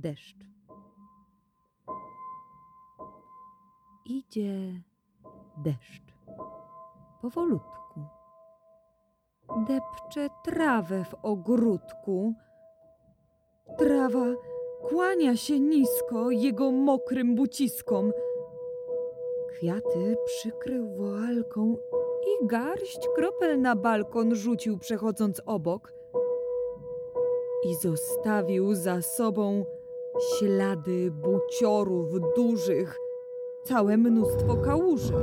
deszcz. Idzie deszcz powolutku. Depcze trawę w ogródku. Trawa kłania się nisko jego mokrym buciskom. Kwiaty przykrył woalką i garść kropel na balkon rzucił, przechodząc obok. I zostawił za sobą ślady buciorów dużych, całe mnóstwo kałuży.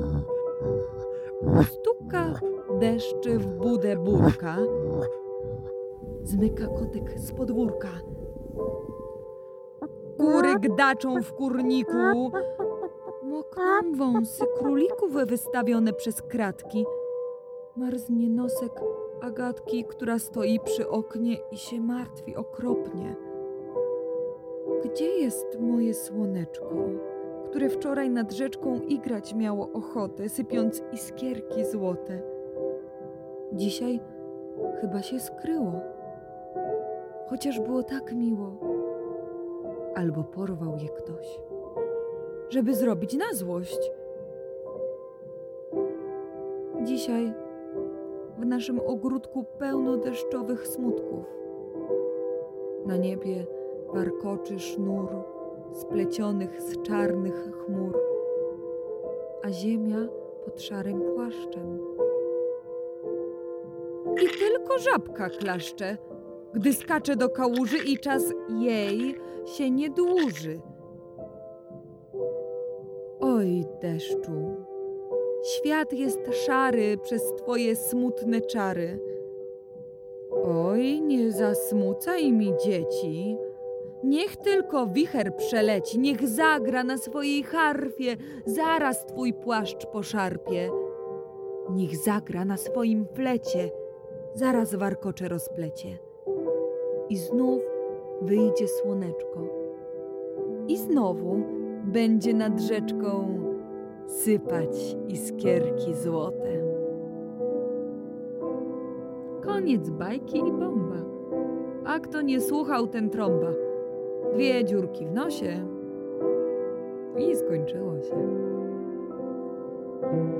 Stuka deszczy w budę burka. Zmyka kotek z podwórka. Kury gdaczą w kurniku. Mokną wąsy królików wystawione przez kratki. Marznie nosek Agatki, która stoi przy oknie i się martwi okropnie. Gdzie jest moje słoneczko, które wczoraj nad rzeczką igrać miało ochotę, sypiąc iskierki złote? Dzisiaj chyba się skryło, chociaż było tak miło. Albo porwał je ktoś, żeby zrobić na złość. Dzisiaj w naszym ogródku pełno deszczowych smutków. Na niebie warkoczy sznur splecionych z czarnych chmur, a ziemia pod szarym płaszczem. I tylko żabka klaszcze, gdy skacze do kałuży i czas jej się nie dłuży. Oj, deszczu, świat jest szary przez twoje smutne czary. Oj, nie zasmucaj mi, dzieci. Niech tylko wicher przeleci, niech zagra na swojej harfie, zaraz twój płaszcz poszarpie. Niech zagra na swoim flecie, zaraz warkocze rozplecie. I znów wyjdzie słoneczko. I znowu będzie nad rzeczką sypać iskierki złote. Koniec bajki i bomba. A kto nie słuchał, ten trąba. 2 dziurki w nosie i skończyło się.